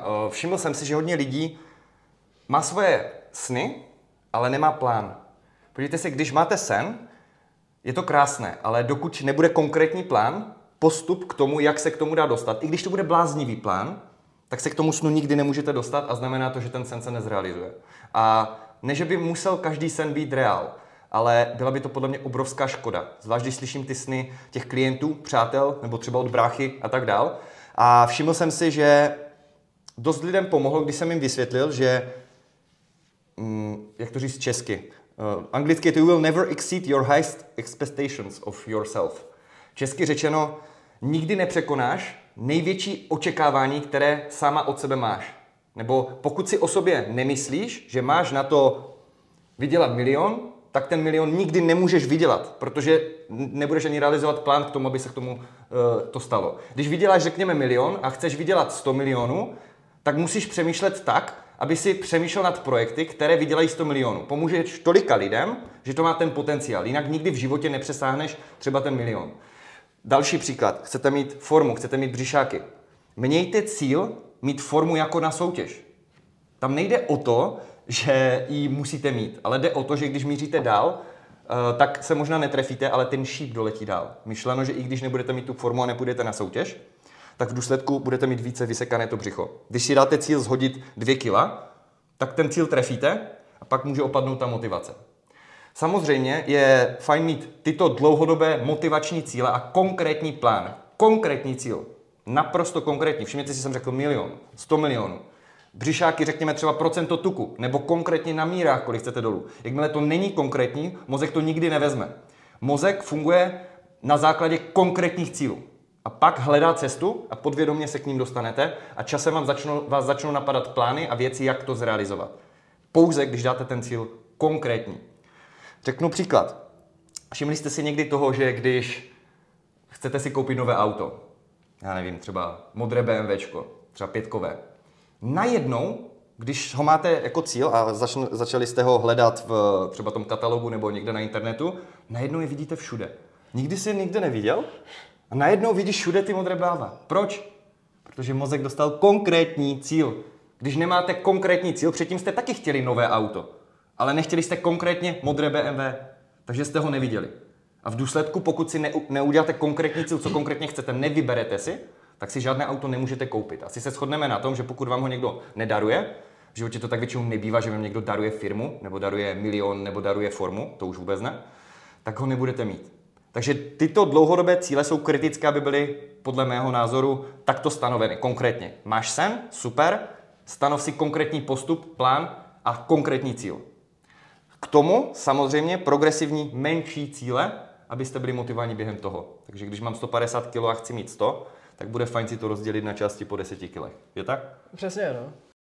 všiml jsem si, že hodně lidí má svoje sny, ale nemá plán. Podívejte se, když máte sen, je to krásné, ale dokud nebude konkrétní plán, postup k tomu, jak se k tomu dá dostat, i když to bude bláznivý plán, tak se k tomu snu nikdy nemůžete dostat a znamená to, že ten sen se nezrealizuje. A ne, že by musel každý sen být reál, ale byla by to podle mě obrovská škoda. Zvlášť, když slyším ty sny těch klientů, přátel, nebo třeba od bráchy a tak dál. A všiml jsem si, že dost lidem pomohlo, když jsem jim vysvětlil, že, jak to říct česky, anglicky je to you will never exceed your highest expectations of yourself. Česky řečeno, nikdy nepřekonáš největší očekávání, které sama od sebe máš. Nebo pokud si o sobě nemyslíš, že máš na to vydělat milion, tak ten milion nikdy nemůžeš vydělat, protože nebudeš ani realizovat plán k tomu, aby se k tomu to stalo. Když vyděláš, řekněme, milion a chceš vydělat 100 milionů, tak musíš přemýšlet tak, aby si přemýšlel nad projekty, které vydělají 100 milionů. Pomůžeš tolika lidem, že to má ten potenciál. Jinak nikdy v životě nepřesáhneš třeba ten milion. Další příklad. Chcete mít formu, chcete mít břišáky. Mějte cíl mít formu jako na soutěž. Tam nejde o to, že ji musíte mít, ale jde o to, že když míříte dál, tak se možná netrefíte, ale ten šíp doletí dál. Myšleno, že i když nebudete mít tu formu a nepůjdete na soutěž, tak v důsledku budete mít více vysekané to břicho. Když si dáte cíl zhodit 2 kila, tak ten cíl trefíte a pak může opadnout ta motivace. Samozřejmě je fajn mít tyto dlouhodobé motivační cíle a konkrétní plán. Konkrétní cíl. Naprosto konkrétní. Všimněte si, jsem řekl milion, 100 milionů. Břišáky řekněme třeba procento tuku, nebo konkrétně na mírách, kolik chcete dolů. Jakmile to není konkrétní, mozek to nikdy nevezme. Mozek funguje na základě konkrétních cílů. A pak hledá cestu a podvědomě se k ním dostanete a časem vás začnou napadat plány a věci, jak to zrealizovat. Pouze, když dáte ten cíl konkrétní. Řeknu příklad. Všimli jste si někdy toho, že když chcete si koupit nové auto, já nevím, třeba modré BMWčko, třeba 5kové, najednou, když ho máte jako cíl a začali jste ho hledat v třeba tom katalogu nebo někde na internetu, najednou je vidíte všude. Nikdy jsi je nikde neviděl a najednou vidíš všude ty modré BMW. Proč? Protože mozek dostal konkrétní cíl. Když nemáte konkrétní cíl, předtím jste taky chtěli nové auto, ale nechtěli jste konkrétně modré BMW, takže jste ho neviděli. A v důsledku, pokud si neuděláte konkrétní cíl, co konkrétně chcete, nevyberete si, tak si žádné auto nemůžete koupit. Asi se shodneme na tom, že pokud vám ho někdo nedaruje, v životě to tak většinou nebývá, že vám někdo daruje firmu, nebo daruje milion, nebo daruje formu, to už vůbec ne, tak ho nebudete mít. Takže tyto dlouhodobé cíle jsou kritické, aby byly podle mého názoru takto stanoveny. Konkrétně. Máš sen? Super. Stanov si konkrétní postup, plán a konkrétní cíl. K tomu samozřejmě progresivní menší cíle, abyste byli motivováni během toho. Takže když mám 150 kg a chci mít 100, tak bude fajn si to rozdělit na části po 10 kilech. Je tak? Přesně, no.